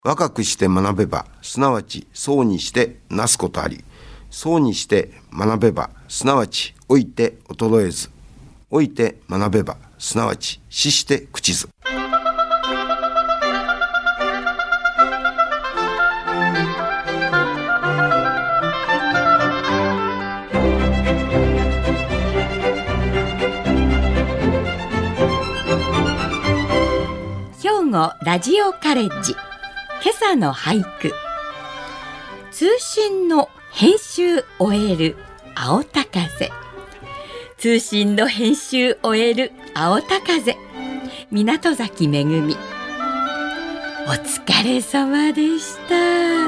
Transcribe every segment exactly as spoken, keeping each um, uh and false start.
若くして学べば、すなわちそうにしてなすことあり、そうにして学べば、すなわち老いて衰えず、老いて学べば、すなわち死して朽ちず。 兵庫ラジオカレッジ、今朝の俳句。通信の編集終える青田風。通信の編集終える青田風。港崎めぐみ。お疲れ様でした。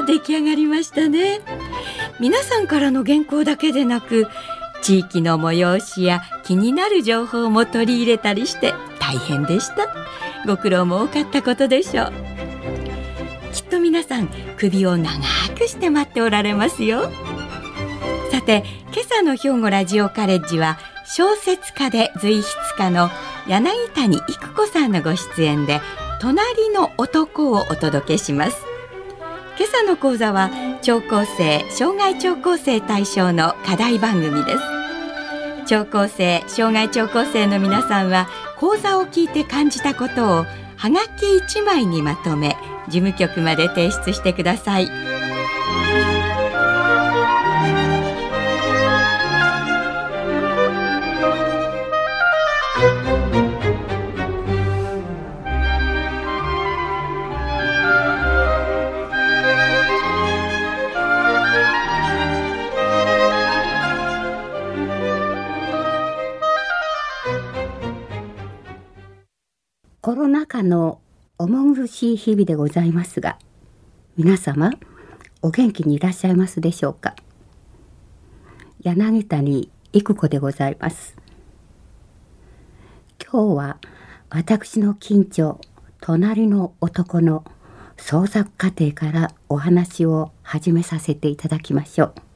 出来上がりましたね。皆さんからの原稿だけでなく、地域の催しや気になる情報も取り入れたりして大変でした。ご苦労も多かったことでしょう。きっと皆さん首を長くして待っておられますよ。さて、今朝の兵庫ラジオカレッジは小説家で随筆家の柳谷育子さんのご出演で隣の男をお届けします。今朝の講座は聴講生、障害聴講生対象の課題番組です。聴講生、障害聴講生の皆さんは講座を聞いて感じたことをはがきいちまいにまとめ、事務局まで提出してください。 コロナ禍の重苦しい日々でございますが、皆様お元気にいらっしゃいますでしょうか。柳谷育子でございます。今日は私の近所、隣の男の創作過程からお話を始めさせていただきましょう。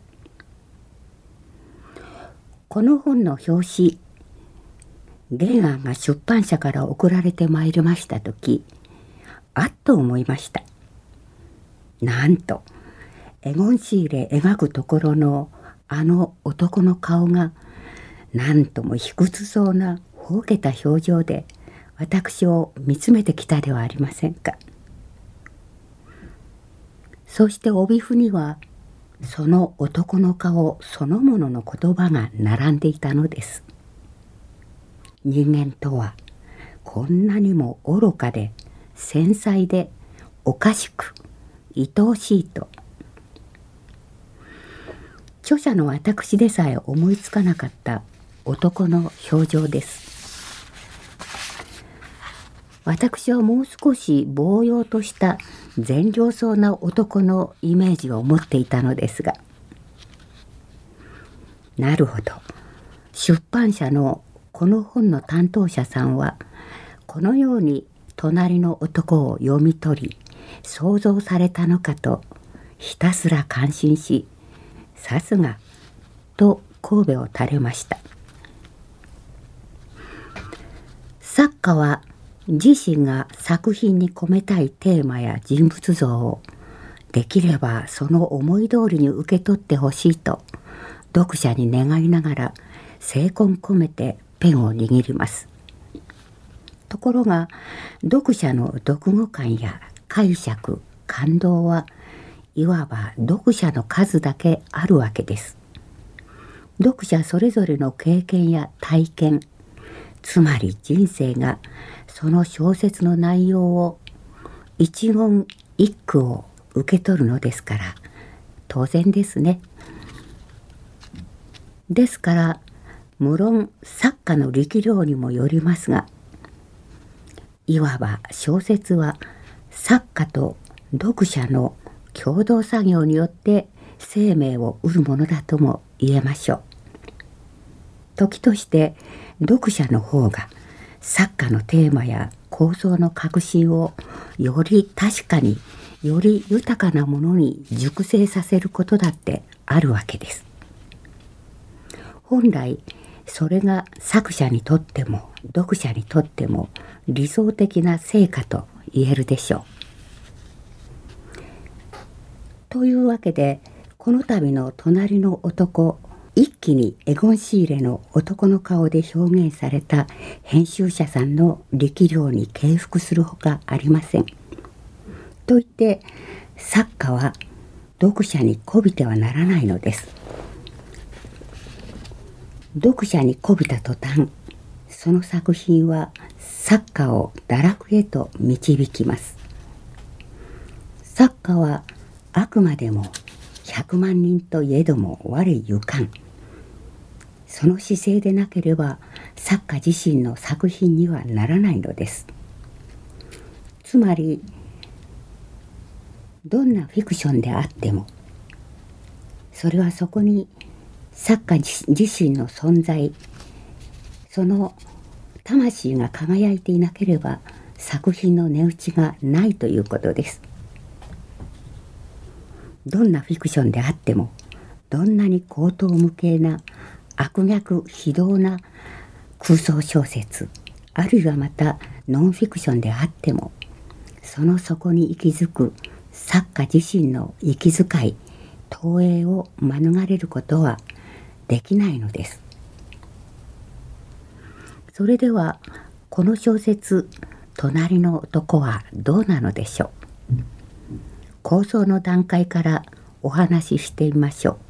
この本の表紙、原案が出版社から送られてまいりましたとき、あっと思いました。なんとエゴン・シーレ描くところのあの男の顔が、なんとも卑屈そうなほうけた表情で私を見つめてきたではありませんか。そして帯譜にはその男の顔そのものの言葉が並んでいたのです。人間とはこんなにも愚かで繊細でおかしく愛おしいと、著者の私でさえ思いつかなかった男の表情です。私はもう少し暴揚とした善良そうな男のイメージを持っていたのですが、なるほど、出版社のこの本の担当者さんはこのように隣の男を読み取り想像されたのかとひたすら感心し、さすがと神戸を垂れました。作家は自身が作品に込めたいテーマや人物像をできればその思い通りに受け取ってほしいと読者に願いながら精魂込めてペンを握ります。ところが読者の読後感や解釈、感動はいわば読者の数だけあるわけです。読者それぞれの経験や体験、つまり人生がその小説の内容を一言一句を受け取るのですから、当然ですね。ですから無論作家の力量にもよりますが、いわば小説は作家と読者の共同作業によって生命を得るものだとも言えましょう。時として読者の方が作家のテーマや構想の核心をより確かに、より豊かなものに熟成させることだってあるわけです。本来それが作者にとっても読者にとっても理想的な成果と言えるでしょう。 というわけで、この度の隣の男、一気にエゴン・シーレの男の顔で表現された編集者さんの力量に敬服するほかありません。と言って作家は読者に媚びてはならないのです。読者に媚びた途端、その作品は作家を堕落へと導きます。作家はあくまでも百万人といえども我ゆかん。その姿勢でなければ作家自身の作品にはならないのです。つまりどんなフィクションであっても、それはそこに作家自身の存在、その魂が輝いていなければ作品の値打ちがないということです。どんなフィクションであっても、どんなに荒唐無稽な悪逆非道な空想小説、あるいはまたノンフィクションであっても、その底に息づく作家自身の息遣い、投影を免れることはできないのです。それではこの小説「隣の男」はどうなのでしょう。構想の段階からお話ししてみましょう。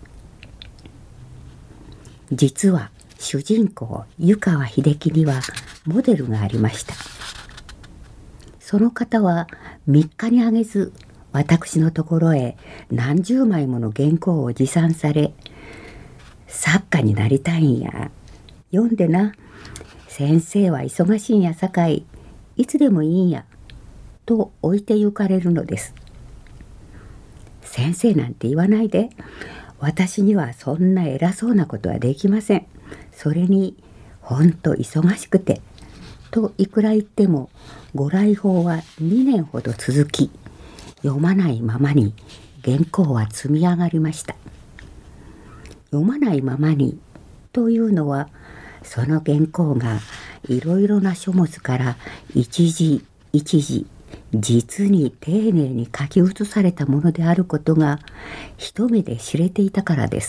実は主人公湯川秀樹にはモデルがありました。その方はみっかにあげず私のところへ何十枚もの原稿を持参され、作家になりたいんや、読んでな、先生は忙しいんやさかい、いつでもいいんやと置いてゆかれるのです。先生なんて言わないで、私にはそんな偉そうなことはできません。それにほんと忙しくて、といくら言ってもご来訪はにねんほど続き、読まないままに原稿は積み上がりました。読まないままにというのは、その原稿がいろいろな書物から一字一字実に丁寧に書き写されたものであることが一目で知れていたからです。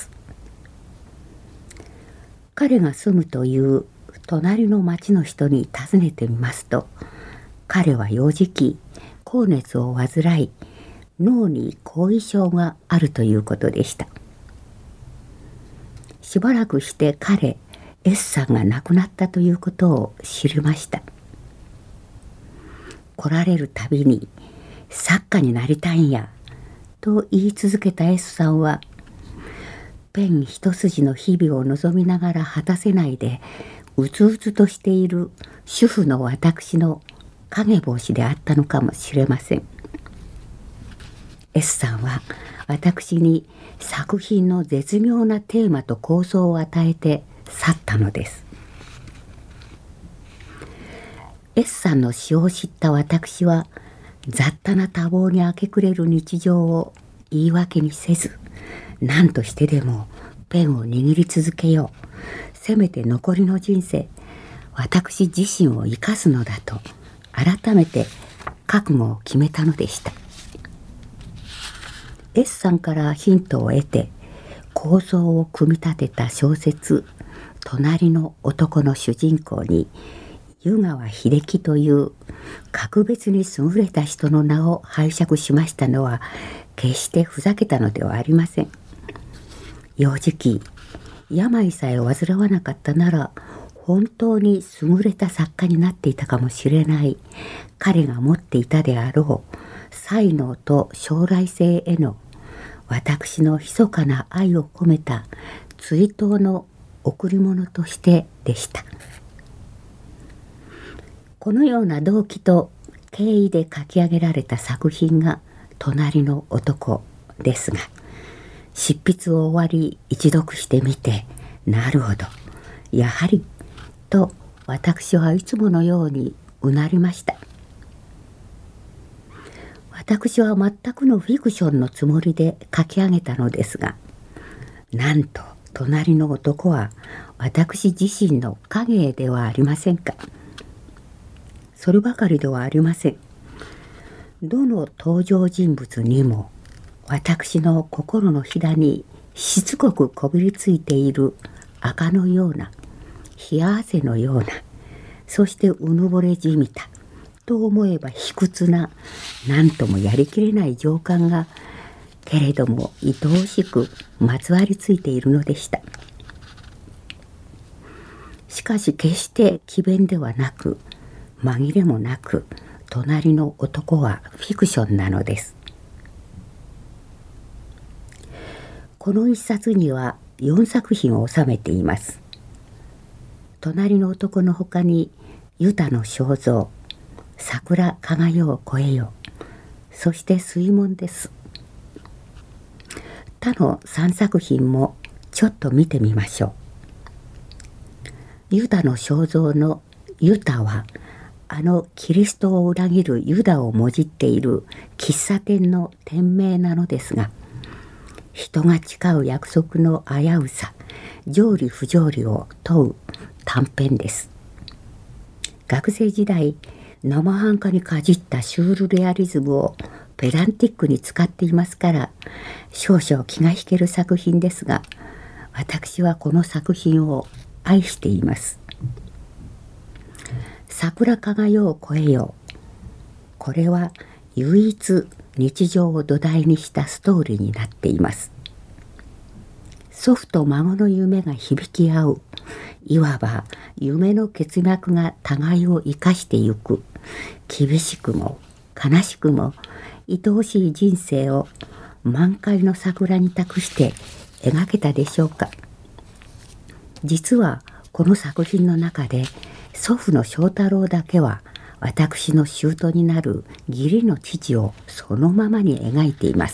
彼が住むという隣の町の人に尋ねてみますと、彼は幼児期高熱を患い、脳に後遺症があるということでした。しばらくして彼 S さんが亡くなったということを知りました。来られるたびに作家になりたいんやと言い続けた S さんは、ペン一筋の日々を望みながら果たせないでうつうつとしている主婦の私の影帽子であったのかもしれません。 S さんは私に作品の絶妙なテーマと構想を与えて去ったのです。 S さんの詩を知った私は、雑多な多忙に明け暮れる日常を言い訳にせず、何としてでもペンを握り続けよう、せめて残りの人生私自身を生かすのだと改めて覚悟を決めたのでした。 S さんからヒントを得て構想を組み立てた小説「隣の男」の主人公に湯川秀樹という格別に優れた人の名を拝借しましたのは決してふざけたのではありません。幼児期病さえ患わなかったなら本当に優れた作家になっていたかもしれない彼が持っていたであろう才能と将来性への私の密かな愛を込めた追悼の贈り物としてでした。このような動機と経緯で書き上げられた作品が「隣の男」ですが、執筆を終わり一読してみて、なるほど、やはりと私はいつものようにうなりました。私は全くのフィクションのつもりで書き上げたのですが、なんと隣の男は私自身の影ではありませんか。そればかりではありません。どの登場人物にも私の心のひだにしつこくこびりついている赤のような、冷や汗のような、そしてうぬぼれじみたと思えば卑屈な、何ともやりきれない情感がけれども愛おしくまつわりついているのでした。しかし決して詭弁ではなく、紛れもなく、隣の男はフィクションなのです。この一冊にはよんさく品を収めています。隣の男のほかにユタの肖像、桜輝よう越えよ、そして水門です。他のさんさく品もちょっと見てみましょう。ユダの肖像のユタは、あのキリストを裏切るユダをもじっている喫茶店の店名なのですが、人が誓う約束の危うさ、条理不条理を問う短編です。学生時代、生半可にかじったシュールレアリズムをペダンティックに使っていますから、少々気が引ける作品ですが、私はこの作品を愛しています。桜輝よう越えよう。これは唯一日常を土台にしたストーリーになっています。祖父と孫の夢が響き合う、いわば夢の結脈が互いを生かしてゆく、厳しくも悲しくも愛おしい人生を満開の桜に託して描けたでしょうか。実はこの作品の中で、祖父の正太郎だけは私の舅になる義理の父をそのままに描いています。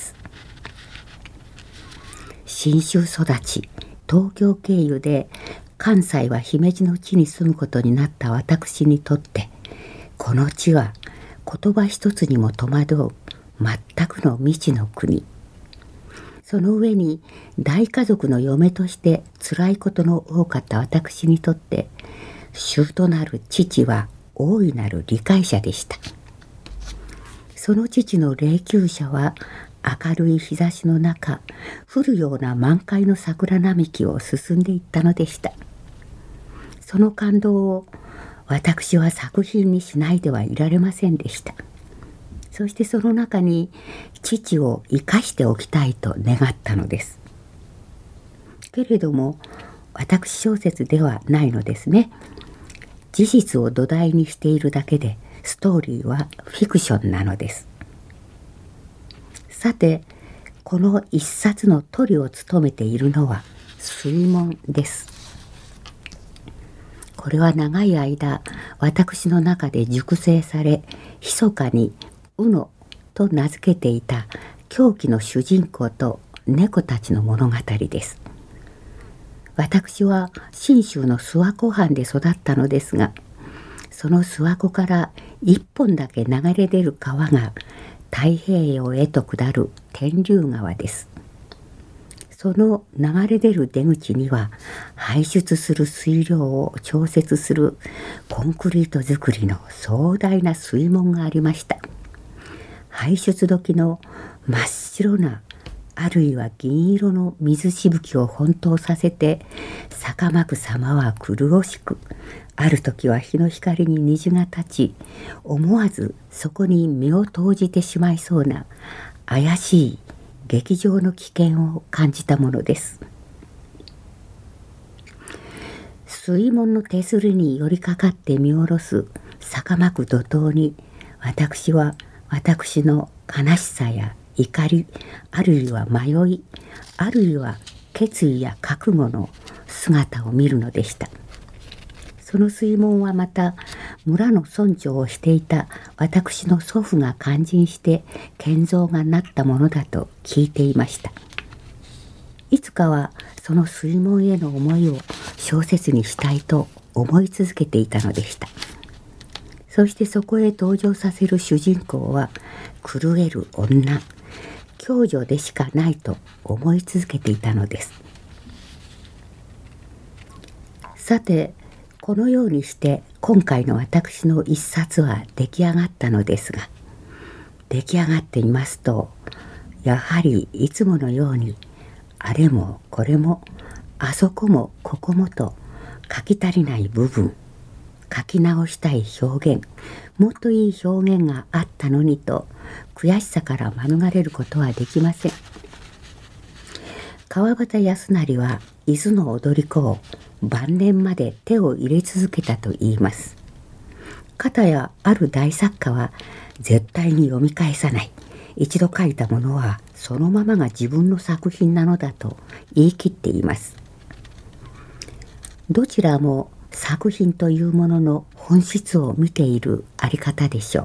信州育ち、東京経由で関西は姫路の地に住むことになった私にとって、この地は言葉一つにも戸惑う全くの未知の国。その上に大家族の嫁として辛いことの多かった私にとって、舅となる父は大いなる理解者でした。その父の霊柩車は明るい日差しの中、降るような満開の桜並木を進んでいったのでした。その感動を私は作品にしないではいられませんでした。そしてその中に父を生かしておきたいと願ったのです。けれども私小説ではないのですね。事実を土台にしているだけで、ストーリーはフィクションなのです。さて、この一冊のトリを務めているのは水門です。これは長い間私の中で熟成され、密かにうのと名付けていた狂気の主人公と猫たちの物語です。私は信州の諏訪湖畔で育ったのですが、その諏訪湖から一本だけ流れ出る川が太平洋へと下る天竜川です。その流れ出る出口には、排出する水量を調節するコンクリート造りの壮大な水門がありました。排出時の真っ白な、あるいは銀色の水しぶきを奔騰させて、逆まく様は麗しく、ある時は日の光に虹が立ち、思わずそこに身を投じてしまいそうな怪しい劇場の危険を感じたものです。水門の手すりに寄りかかって見下ろす逆まく怒涛に、私は私の悲しさや怒り、あるいは迷い、あるいは決意や覚悟の姿を見るのでした。その水門はまた村の村長をしていた私の祖父が肝心して建造がなったものだと聞いていました。いつかはその水門への思いを小説にしたいと思い続けていたのでした。そしてそこへ登場させる主人公は狂える女、共女でしかないと思い続けていたのです。さて、このようにして今回の私の一冊は出来上がったのですが、出来上がっていますと、 やはりいつものようにあれもこれもあそこもここもと書き足りない部分、書き直したい表現、もっといい表現があったのにと悔しさから免れることはできません。川端康成は伊豆の踊り子を晩年まで手を入れ続けたといいます。かたやある大作家は絶対に読み返さない、一度書いたものはそのままが自分の作品なのだと言い切っています。どちらも作品というものの本質を見ているあり方でしょう。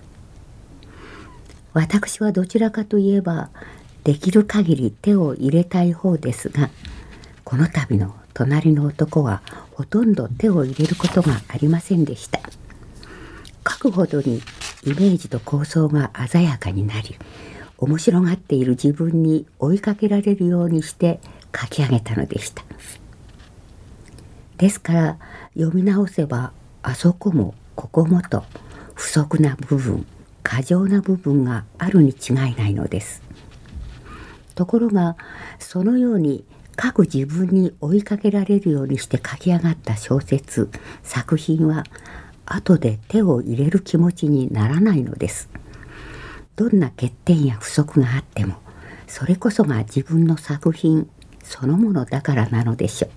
私はどちらかといえばできる限り手を入れたい方ですが、この度の隣の男はほとんど手を入れることがありませんでした。書くほどにイメージと構想が鮮やかになり、面白がっている自分に追いかけられるようにして書き上げたのでした。ですから読み直せばあそこもここもと不足な部分、過剰な部分があるに違いないのです。ところがそのように各自分に追いかけられるようにして書き上がった小説、作品は後で手を入れる気持ちにならないのです。どんな欠点や不足があってもそれこそが自分の作品そのものだからなのでしょう。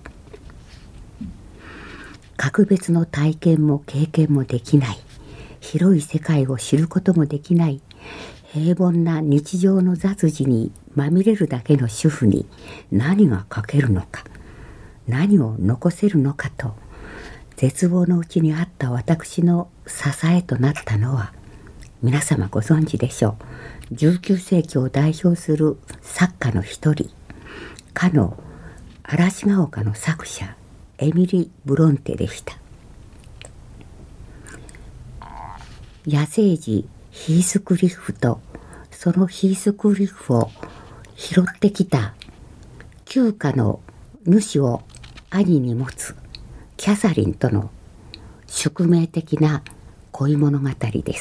格別の体験も経験もできない、広い世界を知ることもできない、平凡な日常の雑事にまみれるだけの主婦に何が書けるのか、何を残せるのかと絶望のうちにあった私の支えとなったのは、皆様ご存知でしょう。じゅうきゅう世紀を代表する作家の一人、かの嵐が丘の作者エミリ・ブロンテでした。野生児ヒースクリフとそのヒースクリフを拾ってきた旧家の主を兄に持つキャサリンとの宿命的な恋物語です。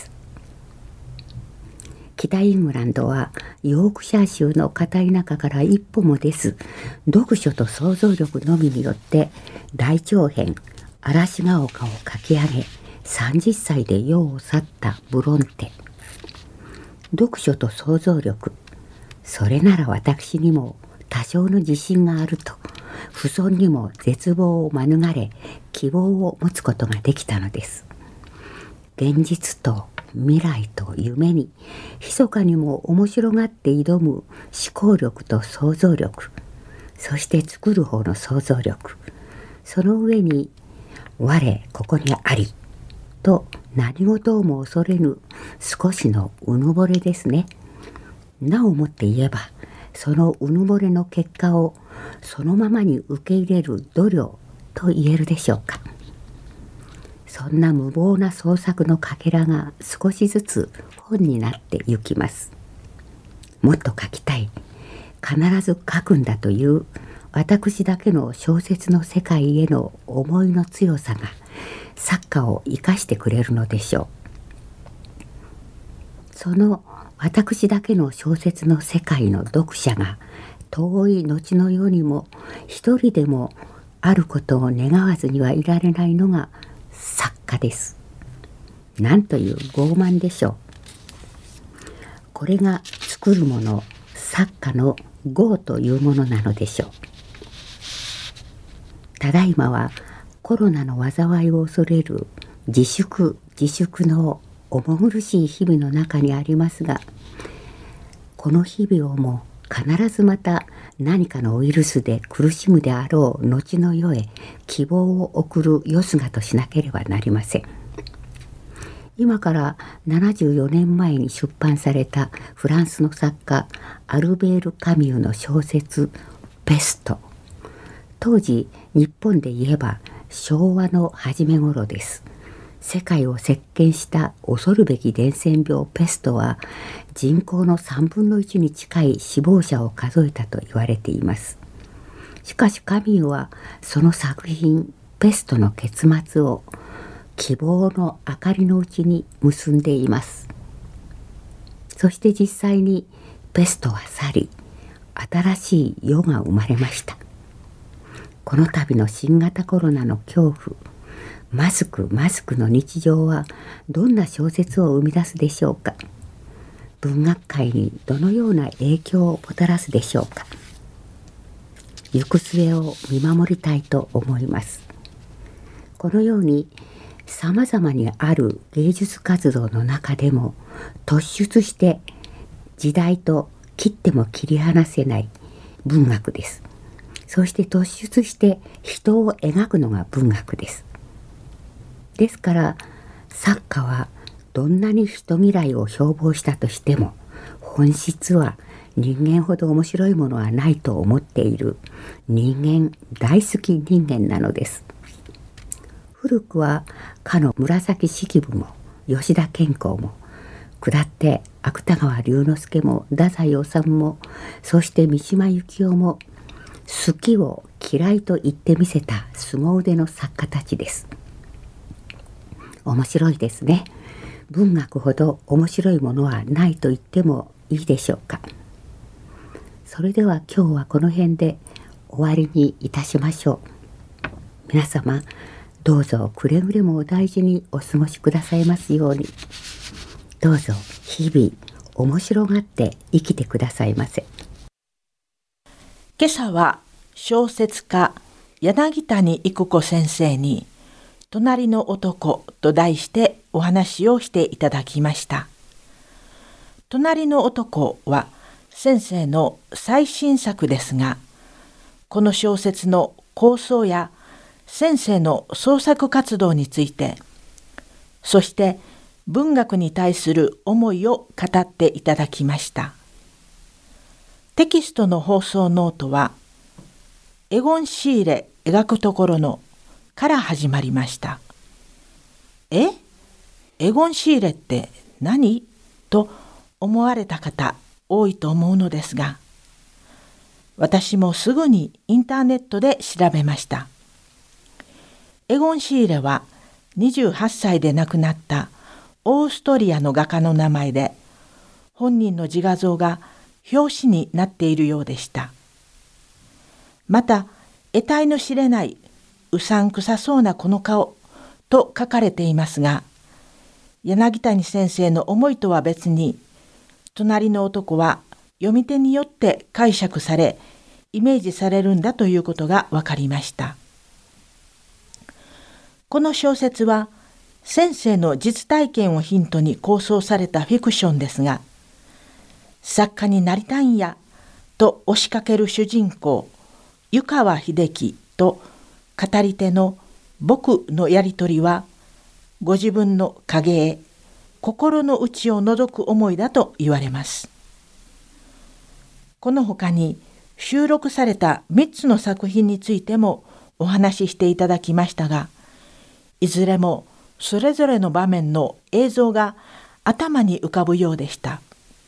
北イングランドはヨークシャー州の片田舎から一歩も出ず、読書と想像力のみによって大長編嵐が丘を書き上げ、さんじゅっさいで世を去ったブロンテ。読書と想像力、それなら私にも多少の自信があると、不遜にも絶望を免れ希望を持つことができたのです。現実と未来と夢に密かにも面白がって挑む思考力と想像力、そして作る方の想像力、その上に我ここにありと何事をも恐れぬ少しのうぬぼれですね。なおもって言えばそのうぬぼれの結果をそのままに受け入れる度量と言えるでしょうか。そんな無謀な創作のかけらが少しずつ本になってゆきます。もっと書きたい、必ず書くんだという私だけの小説の世界への思いの強さが作家を生かしてくれるのでしょう。その私だけの小説の世界の読者が遠い後の世にも一人でもあることを願わずにはいられないのが作家です。なんという傲慢でしょう。これが作るもの、作家の業というものなのでしょう。ただいまはコロナの災いを恐れる自粛自粛の重苦しい日々の中にありますが、この日々をも必ずまた何かのウイルスで苦しむであろう後の世へ希望を送るよすがとしなければなりません。今からななじゅうよねんまえに出版されたフランスの作家アルベール・カミューの小説「ペスト」。当時日本で言えば昭和の初め頃です。世界を席巻した恐るべき伝染病ペストは人口のさんぶんのいちに近い死亡者を数えたと言われています。しかしカミューはその作品ペストの結末を希望の明かりのうちに結んでいます。そして実際にペストは去り、新しい世が生まれました。この度の新型コロナの恐怖、マスクマスクの日常はどんな小説を生み出すでしょうか。文学界にどのような影響をもたらすでしょうか。行く末を見守りたいと思います。このようにさまざまにある芸術活動の中でも突出して時代と切っても切り離せない文学です。そして突出して人を描くのが文学です。ですから作家はどんなに人嫌いを標榜したとしても、本質は人間ほど面白いものはないと思っている人間大好き人間なのです。古くはかの紫式部も吉田兼好も、下って芥川龍之介も太宰治も、そして三島由紀夫も好きを嫌いと言ってみせた凄腕の作家たちです。面白いですね。文学ほど面白いものはないと言ってもいいでしょうか。それでは今日はこの辺で終わりにいたしましょう。皆様どうぞくれぐれもお大事にお過ごしくださいますように。どうぞ日々面白がって生きてくださいませ。 今朝は小説家柳谷育子先生に隣の男と題してお話をしていただきました。隣の男は先生の最新作ですが、この小説の構想や先生の創作活動について、そして文学に対する思いを語っていただきました。テキストの放送ノートはエゴン・シーレ描くところのから始まりました。え？エゴン・シーレって何？と思われた方多いと思うのですが、私もすぐにインターネットで調べました。エゴン・シーレはにじゅうはっさいで亡くなったオーストリアの画家の名前で、本人の自画像が表紙になっているようでした。また、得体の知れないうさんくさそうなこの顔と書かれていますが、柳谷先生の思いとは別に、隣の男は読み手によって解釈され、イメージされるんだということが分かりました。この小説は、先生の実体験をヒントに構想されたフィクションですが、作家になりたいんやと押しかける主人公、湯川秀樹と語り手の僕のやりとりは、ご自分の影絵、心の内を覗く思いだと言われます。この他に収録されたみっつの作品についてもお話ししていただきましたが、いずれもそれぞれの場面の映像が頭に浮かぶようでした。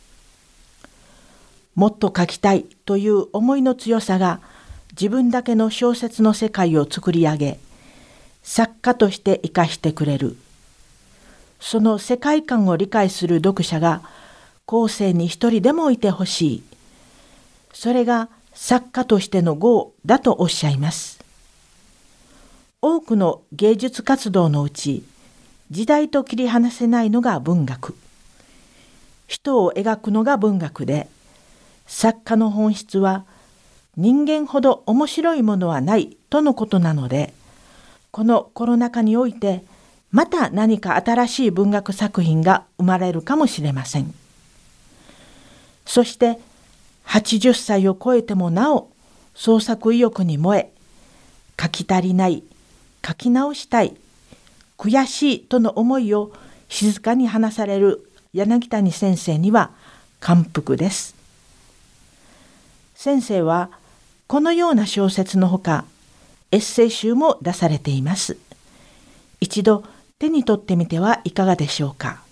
もっと書きたいという思いの強さが自分だけの小説の世界を作り上げ、作家として生かしてくれる。その世界観を理解する読者が後世に一人でもいてほしい。それが作家としての業だとおっしゃいます。多くの芸術活動のうち、時代と切り離せないのが文学。人を描くのが文学で、作家の本質は人間ほど面白いものはないとのことなので、このコロナ禍においてまた何か新しい文学作品が生まれるかもしれません。そしてはちじゅっさいを超えてもなお創作意欲に燃え、書き足りない、書き直したい、悔しいとの思いを静かに話される柳谷先生には感服です。先生はこのような小説のほか、エッセイ集も出されています。一度手に取ってみてはいかがでしょうか。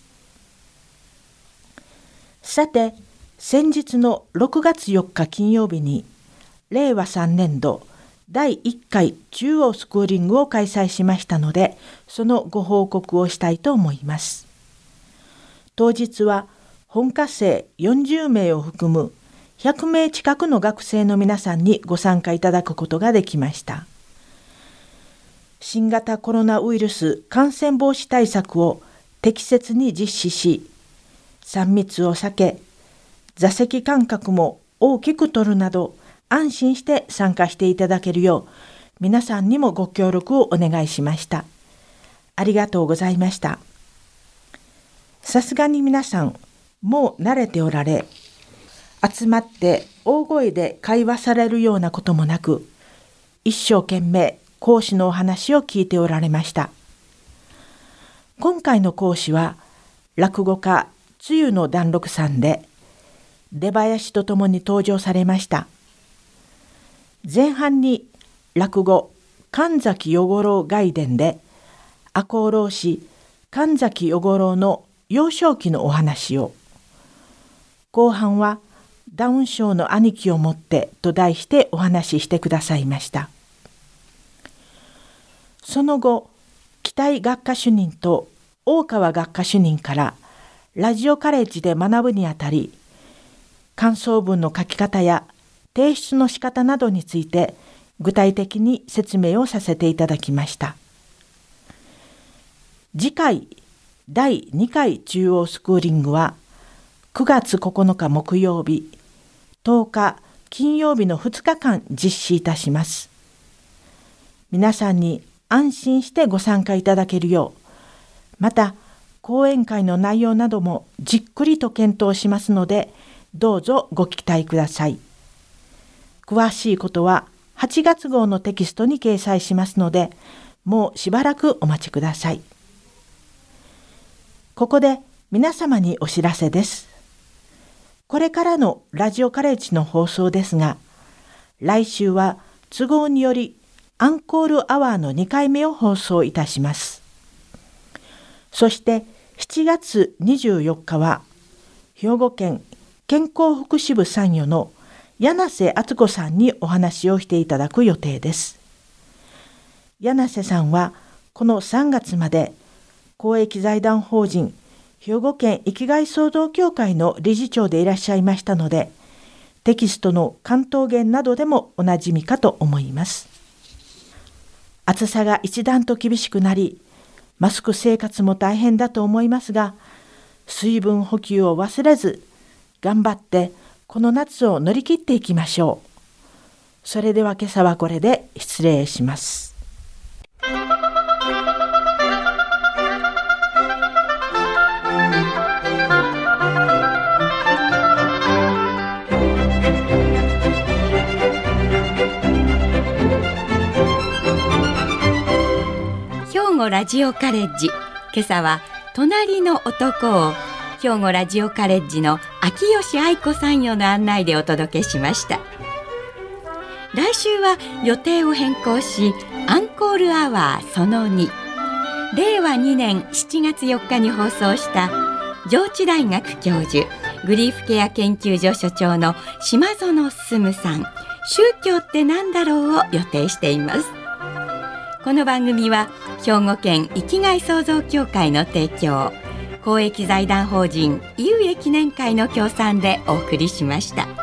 さて、先日のろくがつよっか金曜日に、れいわさんねんどだいいっかい中央スクーリングを開催しましたので、そのご報告をしたいと思います。当日は本科生よんじゅうめいを含むひゃくめい近くの学生の皆さんにご参加いただくことができました。新型コロナウイルス感染防止対策を適切に実施し、さん密を避け、座席間隔も大きく取るなど安心して参加していただけるよう皆さんにもご協力をお願いしました。ありがとうございました。さすがに皆さんもう慣れておられ、集まって大声で会話されるようなこともなく、一生懸命講師のお話を聞いておられました。今回の講師は落語家つゆの団六さんで、出囃子とともに登場されました。前半に落語神崎与五郎外伝で赤穂浪士神崎与五郎の幼少期のお話を、後半はダウン症の兄貴をもってと題してお話ししてくださいました。その後、北井学科主任と大川学科主任からラジオカレッジで学ぶにあたり、感想文の書き方や提出の仕方などについて具体的に説明をさせていただきました。次回だいにかい中央スクーリングはくがつここのか木曜日、とおか金曜日のふつかかん実施いたします。皆さんに安心してご参加いただけるよう、また講演会の内容などもじっくりと検討しますので、どうぞご期待ください。詳しいことははちがつごうのテキストに掲載しますので、もうしばらくお待ちください。ここで皆様にお知らせです。これからのラジオカレッジの放送ですが、来週は都合によりアンコールアワーのにかいめを放送いたします。そしてしちがつにじゅうよっかは兵庫県健康福祉部参与の柳瀬敦子さんにお話をしていただく予定です。柳瀬さんはこのさんがつまで公益財団法人兵庫県生きがい創造協会の理事長でいらっしゃいましたので、テキストの関東言などでもおなじみかと思います。暑さが一段と厳しくなり、マスク生活も大変だと思いますが、水分補給を忘れず、頑張ってこの夏を乗り切っていきましょう。それでは今朝はこれで失礼します。 兵庫ラジオカレッジ、今朝は隣の男を兵庫ラジオカレッジの秋吉愛子さんよの案内でお届けしました。来週は予定を変更し、アンコールアワーそのに、れいわにねんしちがつよっかに放送した上智大学教授、グリーフケア研究所所長の島園進さん、宗教ってなんだろうを予定しています。この番組は兵庫県生きがい創造協会の提供、公益財団法人井上記念会の協賛でお送りしました。